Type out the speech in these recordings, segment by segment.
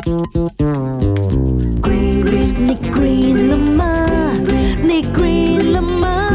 你 green 了吗？你 green 了吗？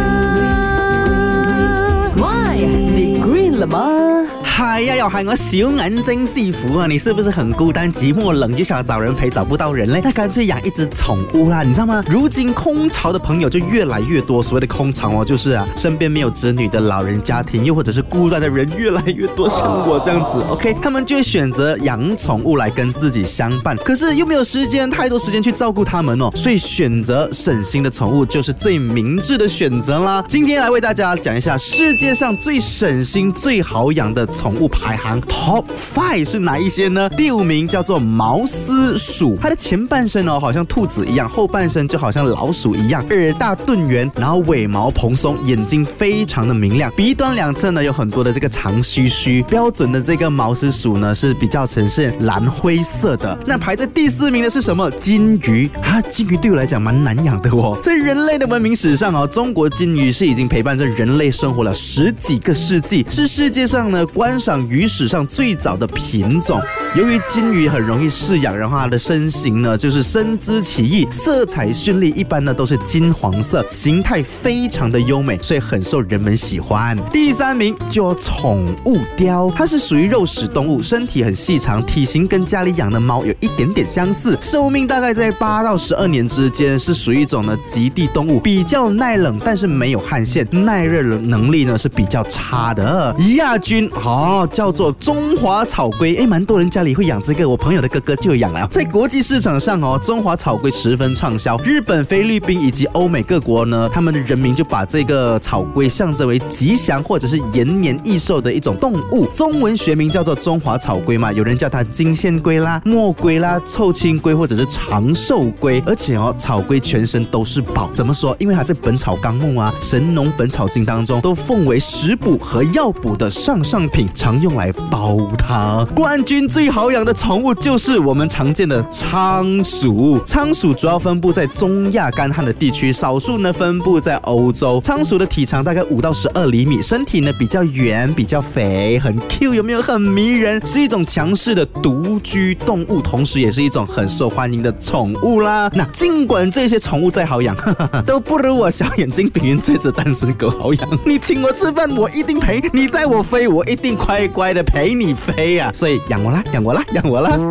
Why？ 你 green 了吗？ 嗨呀，又係我小眼睛師傅啊！你是不是很孤單寂寞冷，就想找人陪找不到人嘞？那乾脆養一隻寵物啦，你知道嗎？如今空巢的朋友就越來越多，所謂的空巢哦，就是身邊沒有子女的老人家庭，又或者是孤單的人越來越多，像我這樣子 ，OK， 他們就會選擇養寵物來跟自己相伴，可是又沒有太多時間去照顧他們哦，所以選擇省心的寵物就是最明智的選擇啦。今天來為大家講一下世界上最省心、最好養的寵物排行 Top 5是哪一些呢？第5名叫做毛丝鼠，它的前半身哦好像兔子一樣，後半身就好像老鼠一樣，耳大盾圓，然後尾毛蓬鬆，眼睛非常的明亮，鼻端兩側呢有很多的這個長鬚鬚。標準的這個毛絲鼠呢是比較呈現藍灰色的。那排在第4名的是什麼？金魚啊，金魚對我來講蠻難養的哦。在人類的文明史上哦，中國金魚是已經陪伴着人類生活了10幾個世紀，是世界上呢觀賞魚史上最早的品種。由於金魚很容易飼養，然後它的身形呢就是身姿奇異，色彩絢麗，一般呢都是金黃色，形態非常的優美，所以很受人們喜歡。第3名就寵物雕，它是屬於肉食動物，身體很細長，體型跟家裡養的貓有一點點相似，壽命大概在8到12年之間，是屬於一種呢極地動物，比較耐冷，但是沒有汗腺，耐熱能力呢是比較差的。亞軍叫做中華草龜，蠻多人家裡會養這個，我朋友的哥哥就養了。在國際市場上中華草龜十分暢銷，日本、菲律賓以及歐美各國呢，他們的人民就把這個草龜象徵為吉祥或者是延年益壽的一種動物。中文學名叫做中華草龜嘛，有人叫它金線龜啦、墨龜啦、臭青龜或者是長壽龜。而且草龜全身都是寶，怎麼說？因為它在《本草綱目》啊、《神農本草經》當中都奉為食補和藥補的上品，常用來煲湯。冠軍最好養的寵物就是我們常見的倉鼠。倉鼠主要分布在中亞乾旱的地區，少數呢分布在歐洲。倉鼠的體長大概5到12厘米，身體呢比較圓、比較肥，很 Q， 有沒有很迷人？是一種強勢的獨居動物，同時也是一種很受歡迎的寵物啦。那盡管這些寵物再好養，都不如我小眼睛炳雲這隻單身狗好養。你請我吃飯，我一定陪；你帶我飛，我一定乖乖的陪你飛啊！所以養我啦，養我啦，養我啦。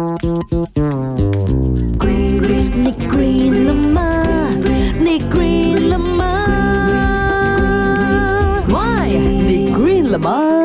你 green 了嗎？你 green 了嗎？ Why？ 你 green 了嗎？